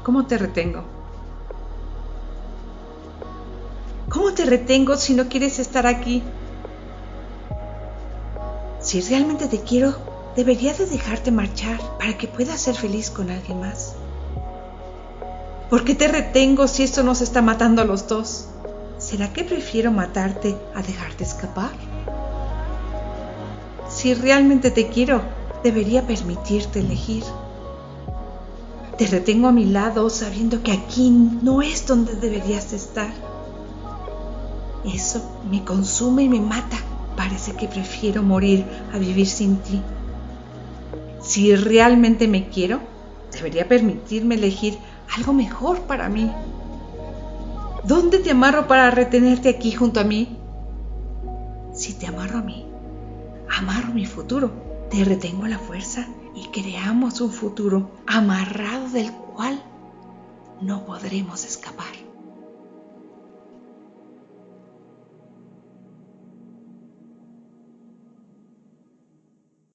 ¿Cómo te retengo? ¿Cómo te retengo si no quieres estar aquí? Si realmente te quiero, deberías de dejarte marchar para que puedas ser feliz con alguien más. ¿Por qué te retengo si esto nos está matando a los dos? ¿Será que prefiero matarte a dejarte escapar? Si realmente te quiero, debería permitirte elegir. Te retengo a mi lado sabiendo que aquí no es donde deberías estar. Eso me consume y me mata. Parece que prefiero morir a vivir sin ti. Si realmente me quiero, debería permitirme elegir algo mejor para mí. ¿Dónde te amarro para retenerte aquí junto a mí? Si te amarro a mí, amarro mi futuro. Te retengo a la fuerza y creamos un futuro amarrado del cual no podremos escapar.